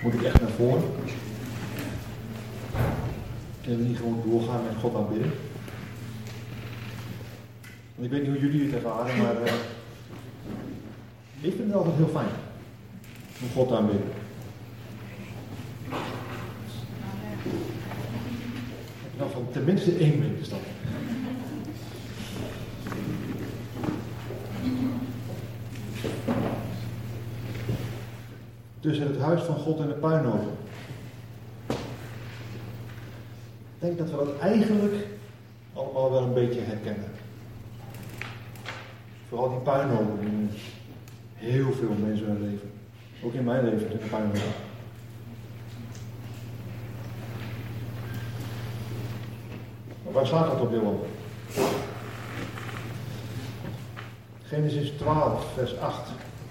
Moet ik echt naar voren? Kunnen we niet gewoon doorgaan met God aanbidden? Want ik weet niet hoe jullie het ervaren, maar ik vind het altijd heel fijn om God te aanbidden. Nou, van tenminste 1 week is dat. Tussen het huis van God en de puinhopen. Ik denk dat we dat eigenlijk allemaal wel een beetje herkennen. Vooral die puinhopen in heel veel mensen hun leven. Ook in mijn leven, de puinhopen. Maar waar staat dat op, Johan? Genesis 12, vers 8.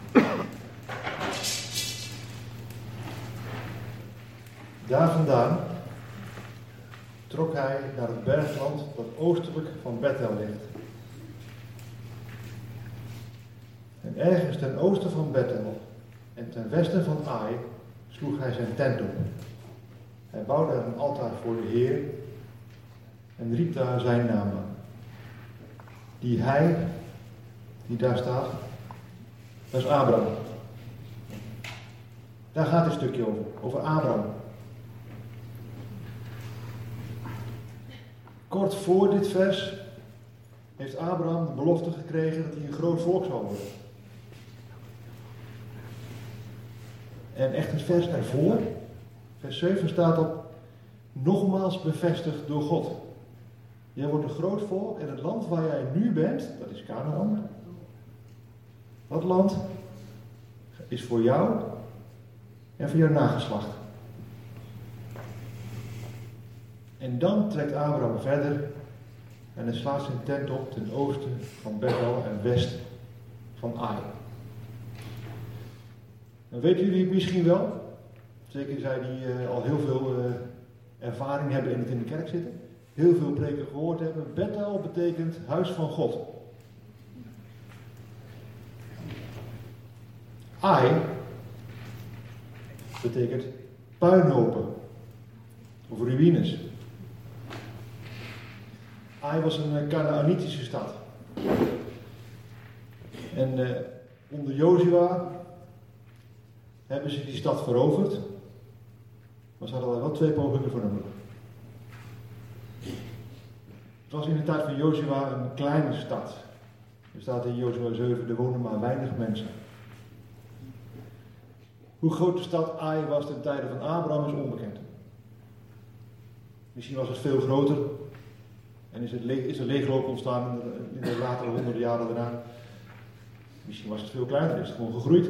Daar vandaan trok hij naar het bergland dat oostelijk van Bethel ligt. En ergens ten oosten van Bethel en ten westen van Ai sloeg hij zijn tent op. Hij bouwde er een altaar voor de Heer en riep daar zijn naam aan. Die daar staat, dat is Abraham. Daar gaat een stukje over Abraham. Kort voor dit vers heeft Abraham de belofte gekregen dat hij een groot volk zal worden. En echt het vers ervoor, vers 7 staat op, nogmaals bevestigd door God. Jij wordt een groot volk en het land waar jij nu bent, dat is Kanaan. Dat land is voor jou en voor jouw nageslacht. En dan trekt Abraham verder en hij slaat zijn tent op ten oosten van Bethel en west van Ai. En weten jullie het misschien wel? Zeker zij die al heel veel ervaring hebben en niet in de kerk zitten. Heel veel preken gehoord hebben. Bethel betekent huis van God. Ai betekent puinhopen of ruïnes. Ai was een Kanaanitische stad. En onder Jozua hebben ze die stad veroverd. Maar ze hadden er wel 2 pogingen voor nodig. Het was in de tijd van Jozua een kleine stad. Er staat in Jozua 7, er woonden maar weinig mensen. Hoe groot de stad Ai was ten tijde van Abraham is onbekend. Misschien was het veel groter. En is er leegloop ontstaan in de latere 100 jaren daarna. Misschien was het veel kleiner, is het gewoon gegroeid.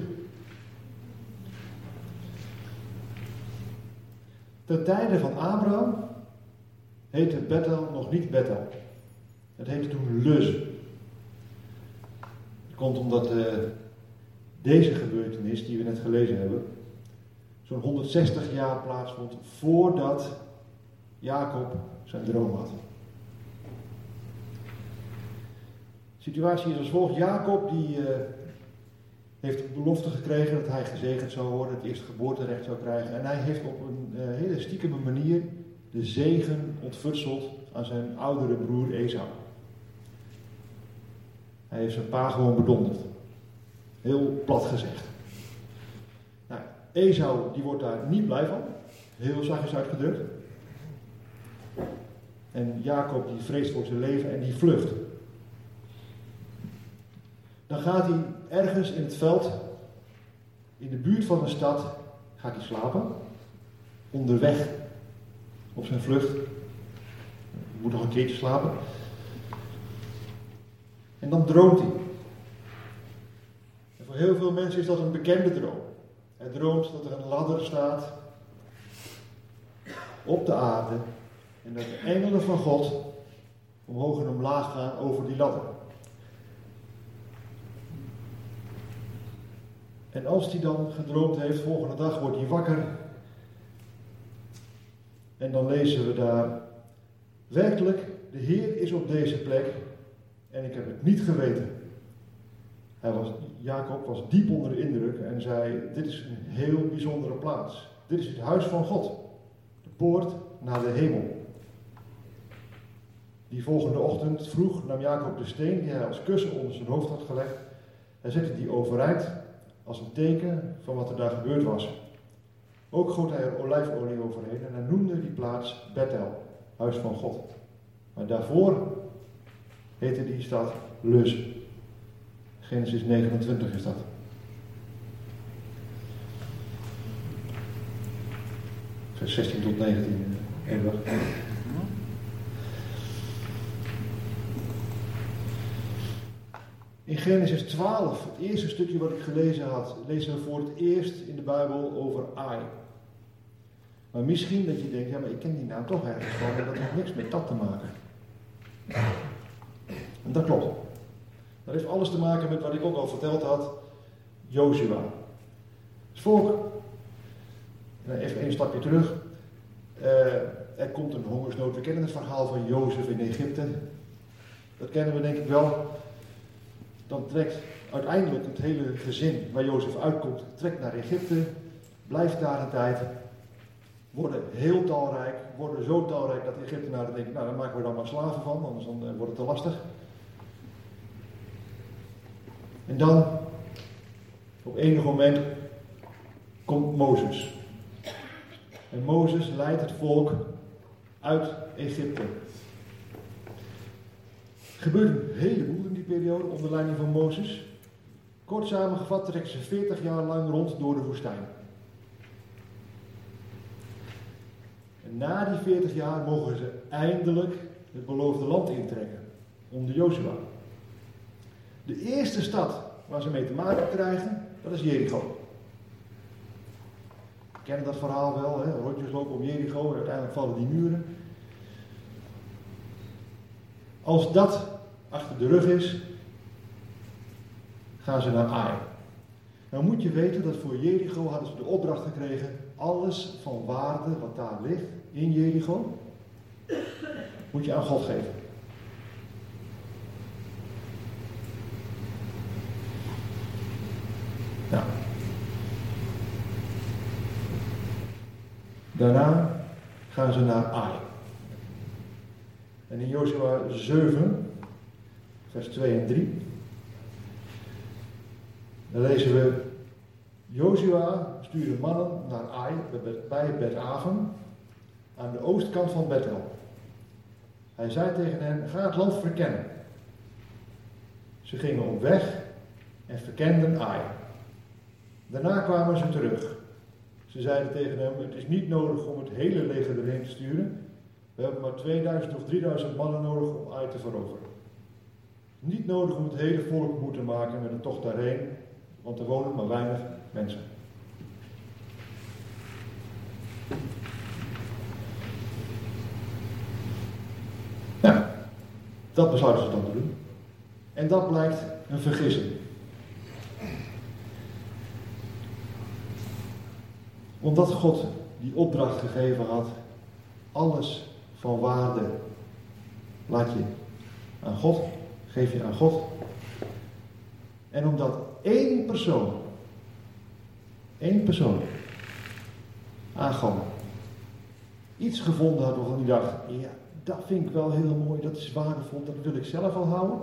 Ten tijde van Abraham heette Bethel nog niet Bethel. Het heette toen Luz. Dat komt omdat deze gebeurtenis die we net gelezen hebben zo'n 160 jaar plaatsvond voordat Jacob zijn droom had. De situatie is als volgt. Jacob die heeft de belofte gekregen dat hij gezegend zou worden, het eerste geboorterecht zou krijgen. En hij heeft op een hele stiekeme manier de zegen ontfutseld aan zijn oudere broer Esau. Hij heeft zijn pa gewoon bedonderd. Heel plat gezegd. Nou, Esau die wordt daar niet blij van. Heel zachtjes uitgedrukt. En Jacob die vreest voor zijn leven en die vlucht. Dan gaat hij ergens in het veld, in de buurt van een stad, gaat hij slapen. Onderweg op zijn vlucht. Hij moet nog een keertje slapen. En dan droomt hij. En voor heel veel mensen is dat een bekende droom. Hij droomt dat er een ladder staat op de aarde en dat de engelen van God omhoog en omlaag gaan over die ladder. En als hij dan gedroomd heeft, volgende dag wordt hij wakker. En dan lezen we daar, werkelijk, de Heer is op deze plek en ik heb het niet geweten. Jacob was diep onder de indruk en zei, dit is een heel bijzondere plaats. Dit is het huis van God. De poort naar de hemel. Die volgende ochtend vroeg nam Jacob de steen die hij als kussen onder zijn hoofd had gelegd. Hij zette die overeind als een teken van wat er daar gebeurd was. Ook goot hij er olijfolie overheen en hij noemde die plaats Bethel, huis van God. Maar daarvoor heette die stad Luz. Genesis 29 is dat. Vers 16 tot 19. In Genesis 12, het eerste stukje wat ik gelezen had, lezen we voor het eerst in de Bijbel over Ai. Maar misschien dat je denkt, ja, maar ik ken die naam toch ergens van en dat heeft niks met dat te maken. En dat klopt. Dat heeft alles te maken met wat ik ook al verteld had, Jozua. Het volk, even één stapje terug, er komt een hongersnood. We kennen het verhaal van Jozef in Egypte. Dat kennen we denk ik wel. Dan trekt uiteindelijk het hele gezin waar Jozef uitkomt, trekt naar Egypte, blijft daar een tijd, worden heel talrijk, worden zo talrijk dat de Egyptenaren denken, nou dan maken we dan maar slaven van, anders dan wordt het te lastig. En dan, op enig moment, komt Mozes. En Mozes leidt het volk uit Egypte. Er gebeurt een heleboel in die periode onder leiding van Mozes. Kort samengevat trekken ze 40 jaar lang rond door de woestijn. En na die 40 jaar mogen ze eindelijk het beloofde land intrekken, onder Jozua. De eerste stad waar ze mee te maken krijgen, dat is Jericho. We kennen dat verhaal wel, hè? Rondjes lopen om Jericho en uiteindelijk vallen die muren. Als dat achter de rug is, gaan ze naar Ai. Nou moet je weten dat voor Jericho hadden ze de opdracht gekregen, alles van waarde wat daar ligt in Jericho, moet je aan God geven. Nou. Daarna gaan ze naar Ai. En in Jozua 7, vers 2 en 3, dan lezen we: Jozua stuurde mannen naar Ai bij Bet-Aven aan de oostkant van Bethel. Hij zei tegen hen: ga het land verkennen. Ze gingen op weg en verkenden Ai. Daarna kwamen ze terug. Ze zeiden tegen hem: het is niet nodig om het hele leger erheen te sturen. We hebben maar 2000 of 3000 mannen nodig om Ai te veroveren. Niet nodig om het hele volk moe te maken met een tocht daarheen, want er wonen maar weinig mensen. Nou, dat besluiten ze dan te doen. En dat blijkt een vergissing. Omdat God die opdracht gegeven had, alles van waarde laat je aan God, geef je aan God. En omdat één persoon, Agam, iets gevonden had waarvan hij dacht, ja, dat vind ik wel heel mooi, dat is waardevol, dat wil ik zelf al houden,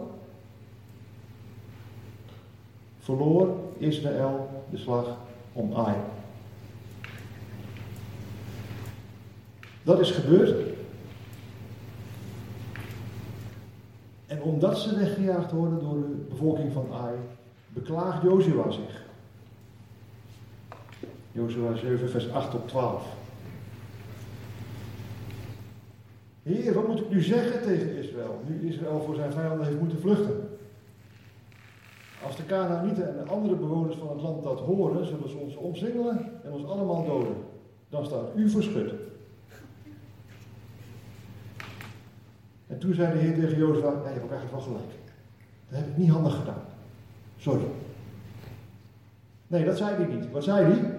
verloor Israël de slag om Ai. Dat is gebeurd. En omdat ze weggejaagd worden door de bevolking van Ai, beklaagt Jozua zich. Jozua 7 vers 8 tot 12. Heer, wat moet ik nu zeggen tegen Israël, nu Israël voor zijn vijanden heeft moeten vluchten? Als de Kanaanieten en de andere bewoners van het land dat horen, zullen ze ons omsingelen en ons allemaal doden. Dan staat u verschut. En toen zei de Heer tegen Jozua: nee, je hebt ook eigenlijk wel gelijk. Dat heb ik niet handig gedaan. Sorry. Nee, dat zei hij niet. Wat zei hij?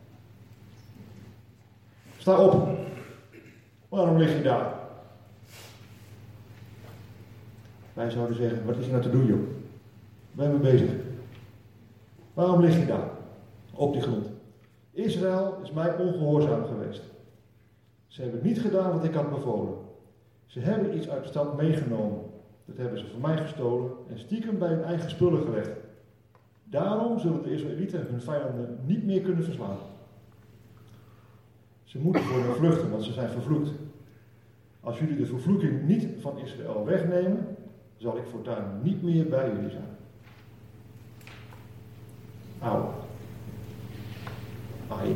Sta op. Waarom lig je daar? Wij zouden zeggen: wat is er nou te doen, joh? Ben je mee bezig? Waarom lig je daar? Op die grond. Israël is mij ongehoorzaam geweest. Ze hebben niet gedaan wat ik had bevolen. Ze hebben iets uit de stad meegenomen. Dat hebben ze van mij gestolen en stiekem bij hun eigen spullen gelegd. Daarom zullen de Israëlieten hun vijanden niet meer kunnen verslaan. Ze moeten voor hen vluchten, want ze zijn vervloekt. Als jullie de vervloeking niet van Israël wegnemen, zal ik voortaan niet meer bij jullie zijn. Auw. Ai.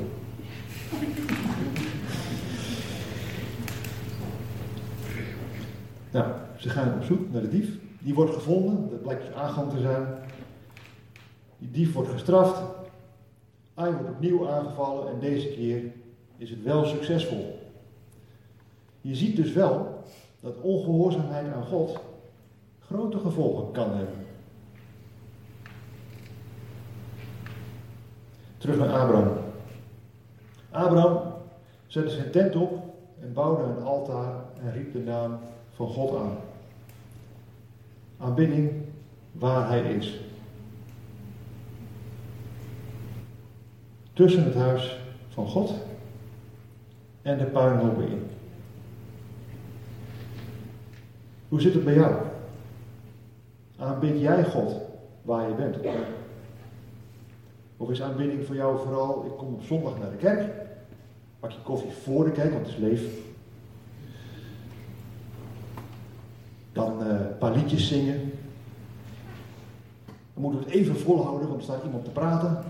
Nou, ze gaan op zoek naar de dief. Die wordt gevonden, dat blijkt dus Achan te zijn. Die dief wordt gestraft. Ai wordt opnieuw aangevallen en deze keer is het wel succesvol. Je ziet dus wel dat ongehoorzaamheid aan God grote gevolgen kan hebben. Terug naar Abraham. Abraham zette zijn tent op en bouwde een altaar en riep de naam van God aan. Aanbidding waar hij is. Tussen het huis van God en de puinhopen in. Hoe zit het bij jou? Aanbid jij God waar je bent? Of is aanbidding voor jou vooral, ik kom op zondag naar de kerk, pak je koffie voor de kerk, want het is leef. Dan een paar liedjes zingen. Dan moeten we het even volhouden, want er staat iemand te praten.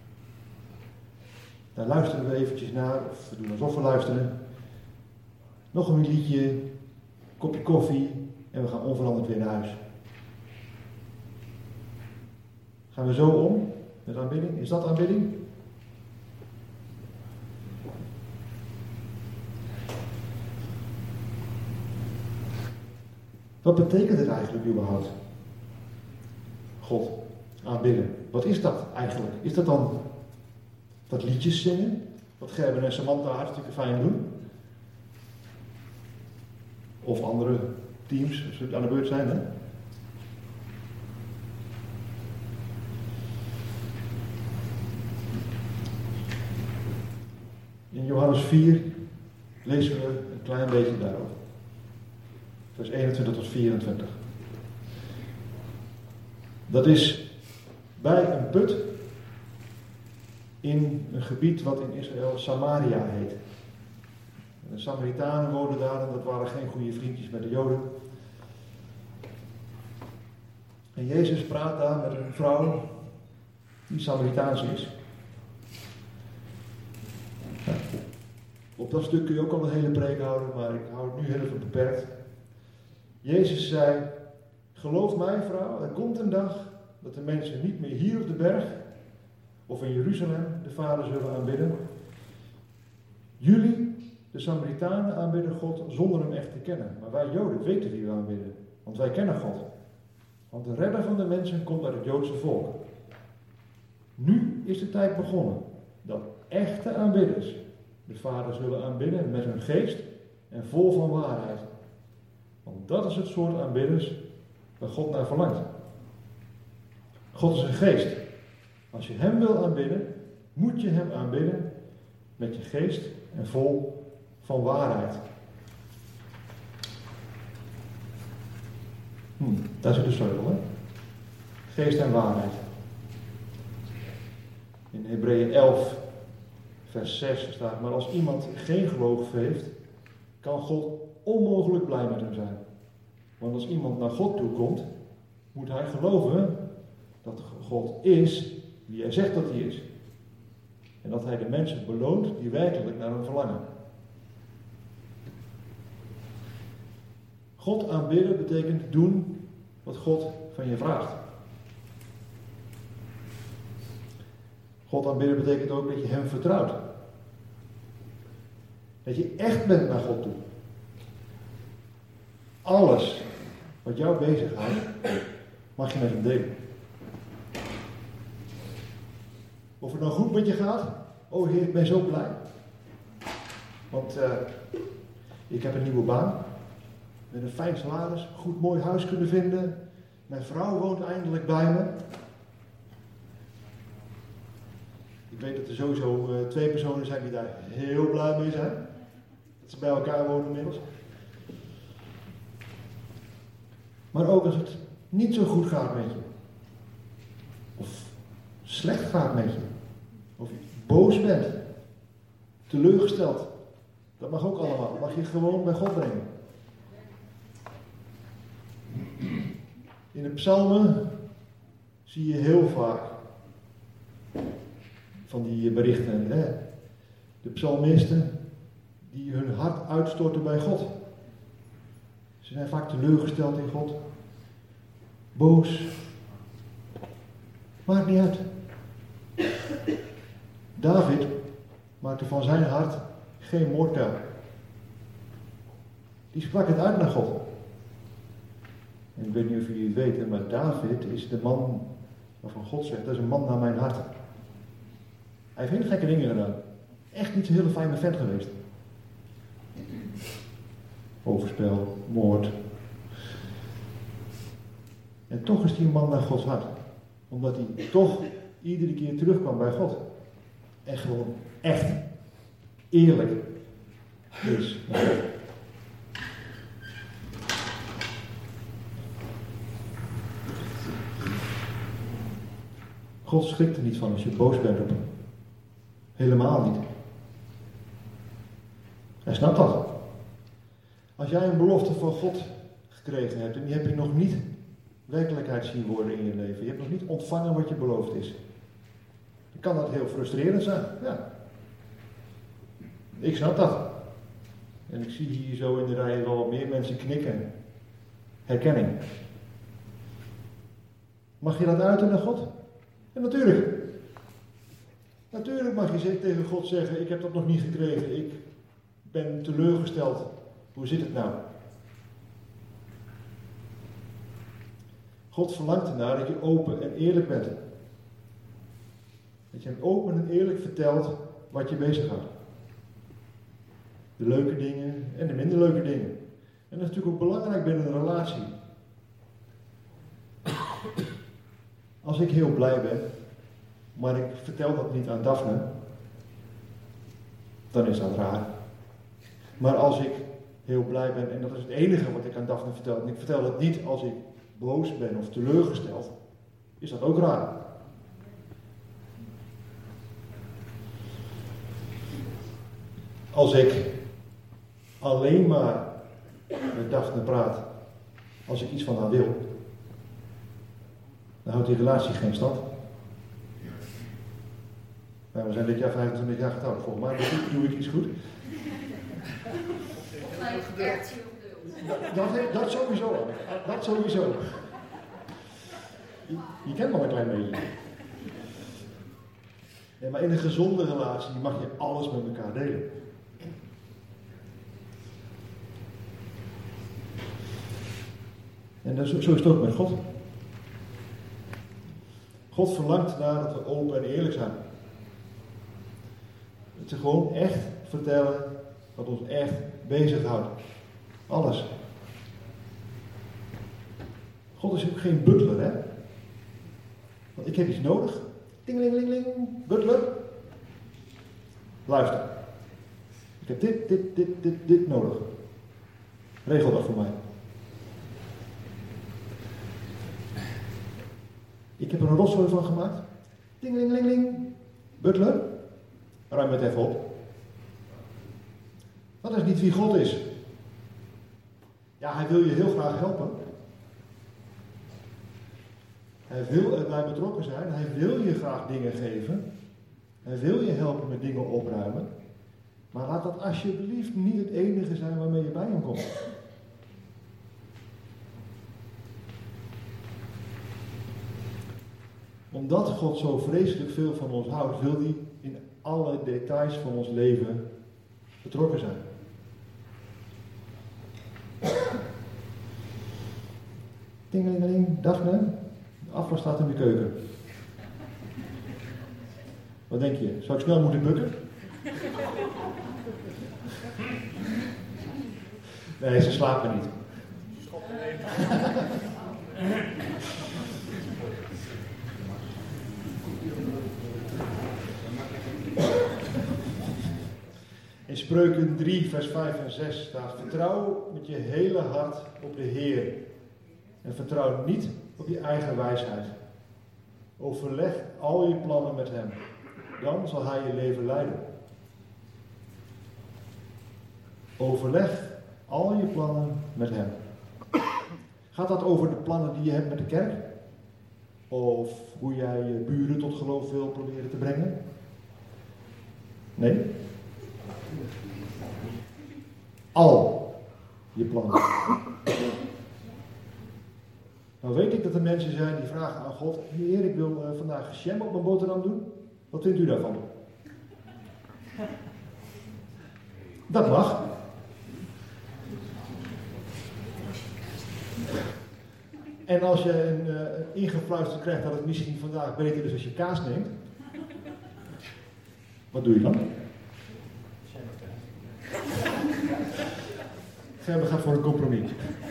Daar luisteren we eventjes naar, of we doen alsof we luisteren. Nog een liedje, kopje koffie en we gaan onveranderd weer naar huis. Gaan we zo om met aanbidding? Is dat aanbidding? Wat betekent het eigenlijk überhaupt? God aanbidden. Wat is dat eigenlijk? Is dat dan dat liedjes zingen? Wat Gerben en Samantha hartstikke fijn doen? Of andere teams, als ze aan de beurt zijn, hè? In Johannes 4 lezen we een klein beetje daarover. Vers 21 tot 24. Dat is bij een put in een gebied wat in Israël Samaria heet. De Samaritanen woonden daar en dat waren geen goede vriendjes met de Joden. En Jezus praat daar met een vrouw die Samaritaans is. Ja, op dat stuk kun je ook al een hele preek houden, maar ik hou het nu heel even beperkt. Jezus zei, geloof mij vrouw, er komt een dag dat de mensen niet meer hier op de berg of in Jeruzalem de Vader zullen aanbidden. Jullie, de Samaritanen, aanbidden God zonder hem echt te kennen. Maar wij Joden weten wie we aanbidden, want wij kennen God. Want de redder van de mensen komt uit het Joodse volk. Nu is de tijd begonnen dat echte aanbidders de Vader zullen aanbidden met hun geest en vol van waarheid. Want dat is het soort aanbidders waar God naar verlangt. God is een geest. Als je hem wil aanbidden, moet je hem aanbidden met je geest en vol van waarheid. Daar zit de sleutel, hè? Geest en waarheid. In Hebreeën 11, vers 6 staat, maar als iemand geen geloof heeft, kan God onmogelijk blij met hem zijn. Want als iemand naar God toe komt, moet hij geloven dat God is wie hij zegt dat hij is. En dat hij de mensen beloont die werkelijk naar hem verlangen. God aanbidden betekent doen wat God van je vraagt. God aanbidden betekent ook dat je hem vertrouwt. Dat je echt bent naar God toe. Alles wat jou bezighoudt, mag je met hem delen. Of het nou goed met je gaat. Oh Heer, ik ben zo blij. Want ik heb een nieuwe baan. Met een fijn salaris. Goed mooi huis kunnen vinden. Mijn vrouw woont eindelijk bij me. Ik weet dat er sowieso 2 personen zijn die daar heel blij mee zijn. Dat ze bij elkaar wonen inmiddels. Maar ook als het niet zo goed gaat met je. Of slecht gaat met je. Of je boos bent. Teleurgesteld. Dat mag ook allemaal. Dat mag je gewoon bij God brengen. In de psalmen zie je heel vaak van die berichten. De psalmisten die hun hart uitstorten bij God. Ze zijn vaak teleurgesteld in God. Boos. Maakt niet uit. David maakte van zijn hart geen moordkuil. Die sprak het uit naar God. En ik weet niet of jullie het weten, maar David is de man waarvan God zegt, dat is een man naar mijn hart. Hij heeft hele gekke dingen gedaan. Echt niet zo'n hele fijne vent geweest. Overspel, moord. En toch is hij een man naar Gods hart. Omdat hij toch iedere keer terugkwam bij God. En gewoon echt eerlijk is. God schrikt er niet van als je boos bent op hem. Helemaal niet. Hij snapt dat. Als jij een belofte van God gekregen hebt en die heb je nog niet werkelijkheid zien worden in je leven. Je hebt nog niet ontvangen wat je beloofd is. Dan kan dat heel frustrerend zijn. Ja. Ik snap dat. En ik zie hier zo in de rij wel wat meer mensen knikken. Herkenning. Mag je dat uiten naar God? Ja, natuurlijk. Natuurlijk mag je tegen God zeggen, ik heb dat nog niet gekregen. Ik ben teleurgesteld. Hoe zit het nou? God verlangt ernaar dat je open en eerlijk bent. Dat je hem open en eerlijk vertelt wat je bezighoudt. De leuke dingen en de minder leuke dingen. En dat is natuurlijk ook belangrijk binnen een relatie. Als ik heel blij ben, maar ik vertel dat niet aan Daphne, dan is dat raar. Maar als ik heel blij ben en dat is het enige wat ik aan Daphne vertel, en ik vertel het niet als ik boos ben of teleurgesteld, is dat ook raar. Als ik alleen maar met Daphne praat als ik iets van haar wil, dan houdt die relatie geen stand. Nou, we zijn dit jaar 25 jaar getrouwd. Volgens mij doe ik iets goed. Dat sowieso. Dat sowieso. Je kent nog een klein beetje. Ja, maar in een gezonde relatie mag je alles met elkaar delen. En zo is het ook met God. God verlangt naar dat we open en eerlijk zijn. Dat we gewoon echt vertellen wat ons echt bezighoudt. Alles. God is ook geen butler, hè? Want ik heb iets nodig. Tingelingeling, butler. Luister. Ik heb dit nodig. Regel dat voor mij. Ik heb er een rotzooi van gemaakt. Tingelingeling, butler. Ruim het even op. Dat is niet wie God is. Ja, hij wil je heel graag helpen. Hij wil erbij betrokken zijn. Hij wil je graag dingen geven. Hij wil je helpen met dingen opruimen. Maar laat dat alsjeblieft niet het enige zijn waarmee je bij hem komt. Omdat God zo vreselijk veel van ons houdt, wil hij in alle details van ons leven betrokken zijn. Tingelingeling, Daphne, de afwas staat in de keuken. Wat denk je? Zou ik snel moeten bukken? Nee, ze slapen niet. In Spreuken 3, vers 5 en 6 staat: vertrouw met je hele hart op de Heer. En vertrouw niet op je eigen wijsheid. Overleg al je plannen met hem. Dan zal hij je leven leiden. Overleg al je plannen met hem. Gaat dat over de plannen die je hebt met de kerk? Of hoe jij je buren tot geloof wil proberen te brengen? Nee. Al je plannen. Nou weet ik dat er mensen zijn die vragen aan God: Heer, ik wil vandaag jam op mijn boterham doen. Wat vindt u daarvan? Dat mag. En als je een ingefluisterd krijgt dat het misschien vandaag beter is als je kaas neemt, wat doe je dan? Gerben gaat voor een compromis.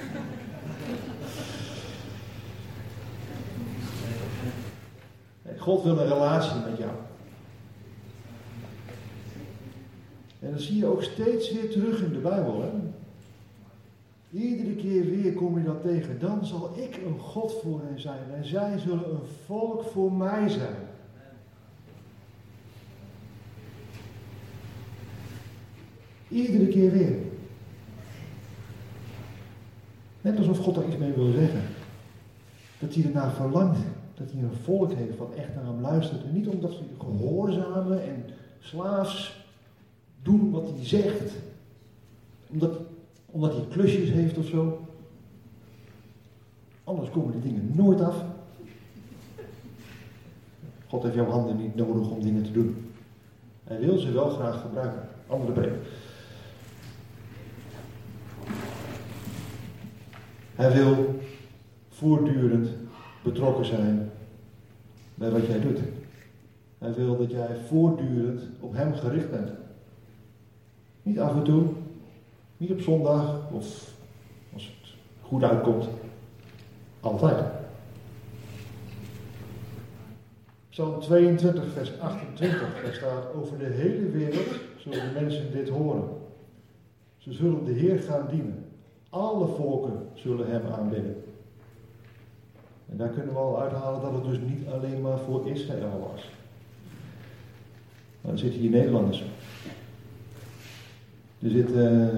God wil een relatie met jou. En dat zie je ook steeds weer terug in de Bijbel. Hè? Iedere keer weer kom je dat tegen. Dan zal ik een God voor hen zijn. En zij zullen een volk voor mij zijn. Iedere keer weer. Net alsof God er iets mee wil zeggen. Dat hij ernaar verlangt. Dat hij een volk heeft wat echt naar hem luistert. En niet omdat ze gehoorzamen en slaafs doen wat hij zegt. Omdat hij klusjes heeft of zo. Anders komen die dingen nooit af. God heeft jouw handen niet nodig om dingen te doen. Hij wil ze wel graag gebruiken. Andere preek. Hij wil voortdurend betrokken zijn bij wat jij doet. Hij wil dat jij voortdurend op hem gericht bent. Niet af en toe, niet op zondag of als het goed uitkomt. Altijd. Psalm 22, vers 28, daar staat: over de hele wereld zullen de mensen dit horen. Ze zullen de Heer gaan dienen. Alle volken zullen hem aanbidden. En daar kunnen we al uithalen dat het dus niet alleen maar voor Israël was. Maar er zitten hier Nederlanders. Er zit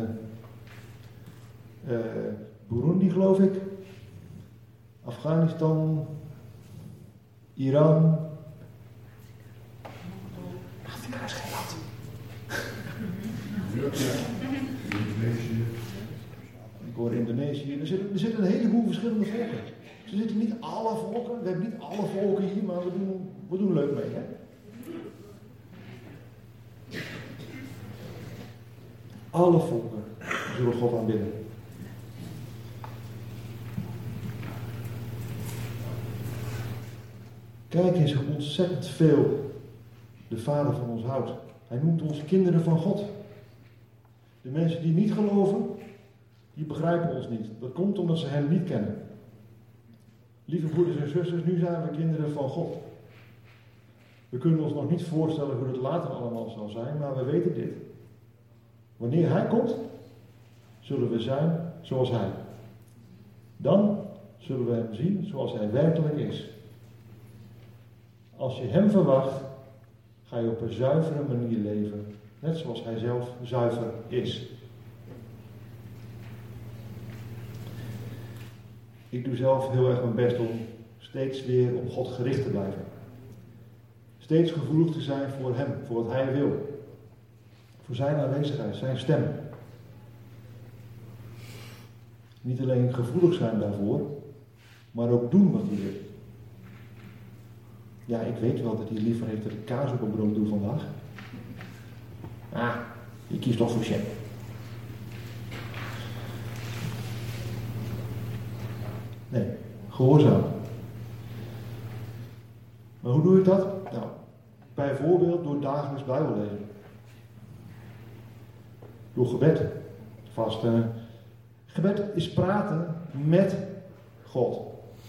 Burundi, geloof ik. Afghanistan. Iran. Afrika is geen land. Indonesië. Ik hoor Indonesië. Er zitten een heleboel verschillende volken. Ze zitten niet alle volken. We hebben niet alle volken hier, maar we doen leuk mee, hè? Alle volken zullen God aanbidden. Kijk eens hoe ontzettend veel de Vader van ons houdt. Hij noemt ons kinderen van God. De mensen die niet geloven, die begrijpen ons niet. Dat komt omdat ze hem niet kennen. Lieve broeders en zusters, nu zijn we kinderen van God. We kunnen ons nog niet voorstellen hoe het later allemaal zal zijn, maar we weten dit. Wanneer hij komt, zullen we zijn zoals hij. Dan zullen we hem zien zoals hij werkelijk is. Als je hem verwacht, ga je op een zuivere manier leven, net zoals hij zelf zuiver is. Ik doe zelf heel erg mijn best om steeds weer op God gericht te blijven. Steeds gevoelig te zijn voor hem, voor wat hij wil. Voor zijn aanwezigheid, zijn stem. Niet alleen gevoelig zijn daarvoor, maar ook doen wat hij wil. Ja, ik weet wel dat hij liever heeft dat ik kaas op een brood doe vandaag. Je kiest toch voor jam. Nee, gehoorzaam. Maar hoe doe ik dat? Nou, bijvoorbeeld door dagelijks Bijbellezen. Door gebed. Vasten. Gebed is praten met God.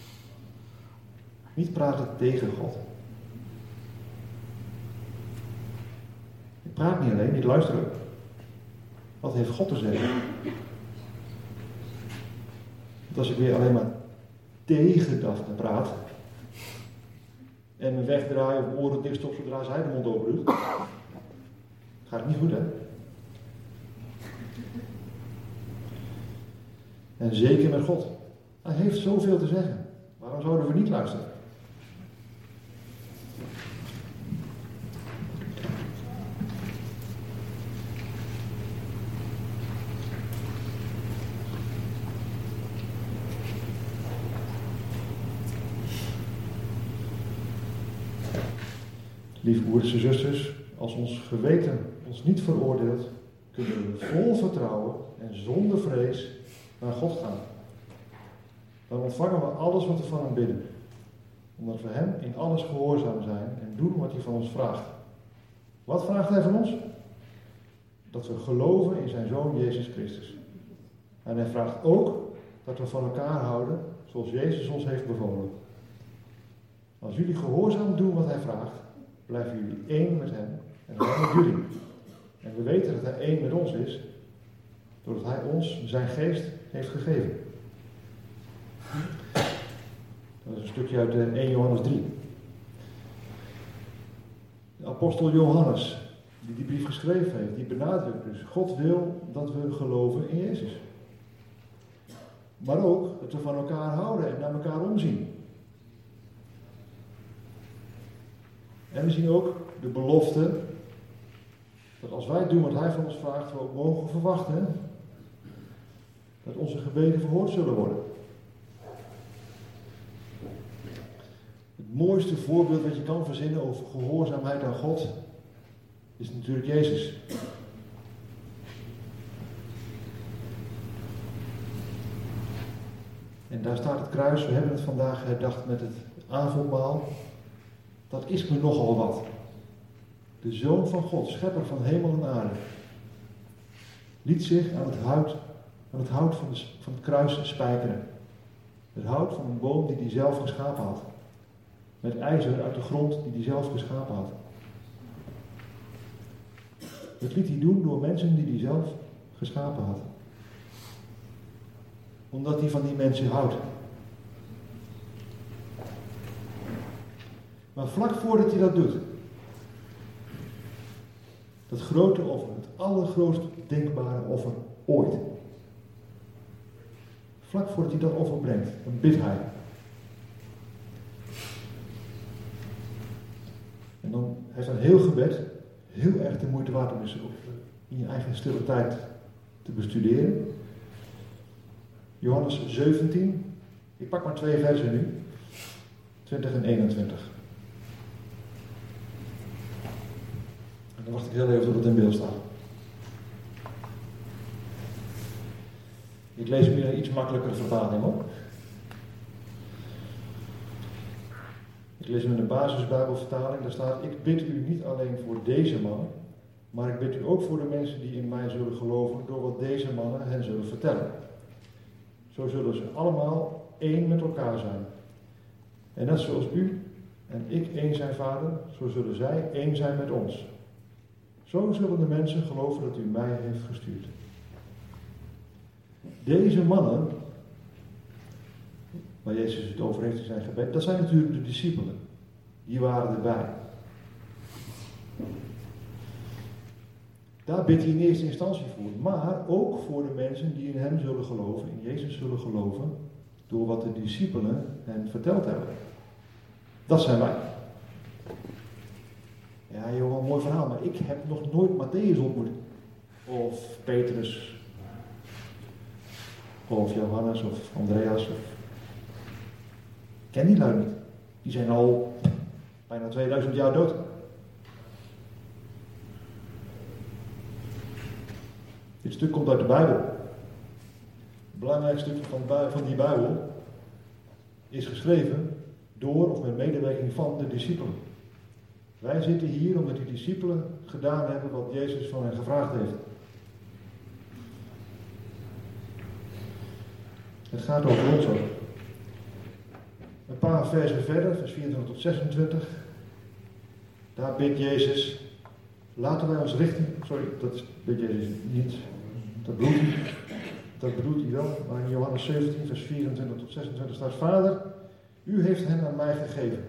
Niet praten tegen God. Ik praat niet alleen, ik luister ook. Wat heeft God te zeggen? Want als ik weer alleen maar tegen Daphne praat en me wegdraai of mijn oren dichtstop zodra zij de mond open doet, gaat het niet goed, hè? En zeker met God. Hij heeft zoveel te zeggen. Waarom zouden we niet luisteren? Lieve broeders en zusters, als ons geweten ons niet veroordeelt, kunnen we vol vertrouwen en zonder vrees naar God gaan. Dan ontvangen we alles wat we van hem bidden, omdat we hem in alles gehoorzaam zijn en doen wat hij van ons vraagt. Wat vraagt hij van ons? Dat we geloven in zijn Zoon Jezus Christus. En hij vraagt ook dat we van elkaar houden, zoals Jezus ons heeft bevolen. Als jullie gehoorzaam doen wat hij vraagt, blijven jullie één met hem en hij met jullie. En we weten dat hij één met ons is, doordat hij ons zijn geest heeft gegeven. Dat is een stukje uit 1 Johannes 3. De apostel Johannes, die die brief geschreven heeft, die benadrukt dus: God wil dat we geloven in Jezus. Maar ook dat we van elkaar houden en naar elkaar omzien. En we zien ook de belofte dat als wij doen wat hij van ons vraagt, we ook mogen verwachten dat onze gebeden verhoord zullen worden. Het mooiste voorbeeld wat je kan verzinnen over gehoorzaamheid aan God is natuurlijk Jezus. En daar staat het kruis, we hebben het vandaag herdacht met het avondmaal. Dat is me nogal wat. De Zoon van God, schepper van hemel en aarde, liet zich aan het hout van het kruis spijkeren. Het hout van een boom die hij zelf geschapen had. Met ijzer uit de grond die hij zelf geschapen had. Dat liet hij doen door mensen die hij zelf geschapen had. Omdat hij van die mensen houdt. Maar vlak voordat hij dat doet, dat grote offer, het allergrootst denkbare offer ooit. Vlak voordat hij dat offer brengt, dan bidt hij. En dan heeft een heel gebed heel erg de moeite waard om eens in je eigen stille tijd te bestuderen. Johannes 17, ik pak maar 2 versen nu, 20 en 21. En dan wacht ik heel even tot het in beeld staat. Ik lees hem in een iets makkelijkere vertaling hoor. Ik lees hem in de basisbijbelvertaling, daar staat: ik bid u niet alleen voor deze mannen, maar ik bid u ook voor de mensen die in mij zullen geloven door wat deze mannen hen zullen vertellen. Zo zullen ze allemaal één met elkaar zijn. En net zoals u en ik één zijn, Vader, zo zullen zij één zijn met ons. Zo zullen de mensen geloven dat u mij heeft gestuurd. Deze mannen, waar Jezus het over heeft in zijn gebed, dat zijn natuurlijk de discipelen. Die waren erbij. Daar bidt hij in eerste instantie voor. Maar ook voor de mensen die in hem zullen geloven, in Jezus zullen geloven, door wat de discipelen hen verteld hebben. Dat zijn wij. Ja, Johan, mooi verhaal, maar ik heb nog nooit Matthäus ontmoet. Of Petrus. Of Johannes, of Andreas. Ik ken die lui niet. Die zijn al bijna 2000 jaar dood. Dit stuk komt uit de Bijbel. Het belangrijkste stuk van die Bijbel is geschreven door of met medewerking van de discipelen. Wij zitten hier omdat die discipelen gedaan hebben wat Jezus van hen gevraagd heeft. Het gaat over ons ook. Een paar versen verder, vers 24 tot 26. Daar bidt Jezus: laten wij ons richten. Sorry, dat bidt Jezus niet. Dat bedoelt hij wel, maar in Johannes 17, vers 24 tot 26 staat: Vader, u heeft hen aan mij gegeven.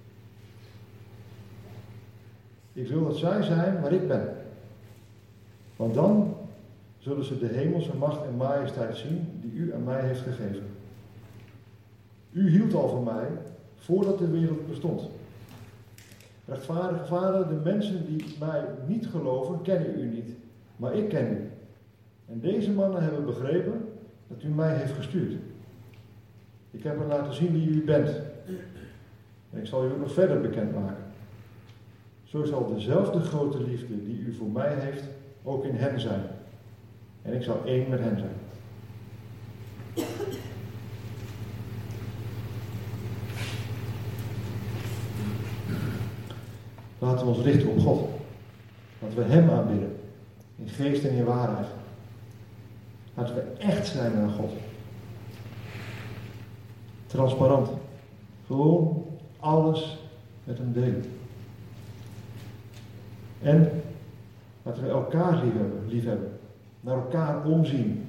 Ik wil dat zij zijn waar ik ben. Want dan zullen ze de hemelse macht en majesteit zien die u aan mij heeft gegeven. U hield al van mij voordat de wereld bestond. Rechtvaardige Vader, de mensen die mij niet geloven, kennen u niet, maar ik ken u. En deze mannen hebben begrepen dat u mij heeft gestuurd. Ik heb hen laten zien wie u bent. En ik zal u ook nog verder bekendmaken. Zo zal dezelfde grote liefde die u voor mij heeft, ook in hen zijn. En ik zal één met hen zijn. Laten we ons richten op God. Laten we Hem aanbidden. In geest en in waarheid. Laten we echt zijn aan God. Transparant. Gewoon alles met Hem delen. En laten we elkaar lief hebben. Naar elkaar omzien.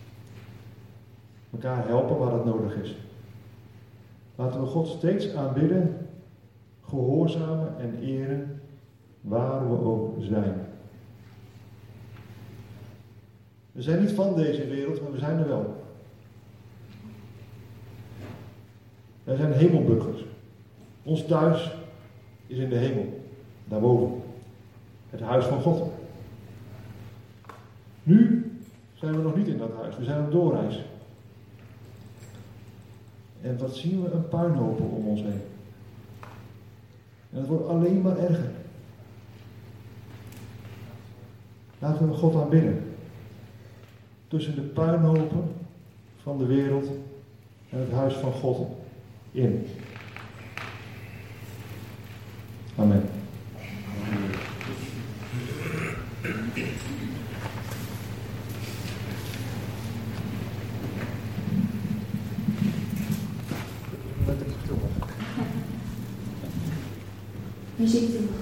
Elkaar helpen waar het nodig is. Laten we God steeds aanbidden, gehoorzamen en eren waar we ook zijn. We zijn niet van deze wereld, maar we zijn er wel. Wij zijn hemelburgers. Ons thuis is in de hemel, daarboven. Het huis van God. Nu zijn we nog niet in dat huis, we zijn op doorreis. En wat zien we? Een puinhopen om ons heen. En het wordt alleen maar erger. Laten we God aanbidden. Tussen de puinhopen van de wereld en het huis van God in. Amen. Muziek doen.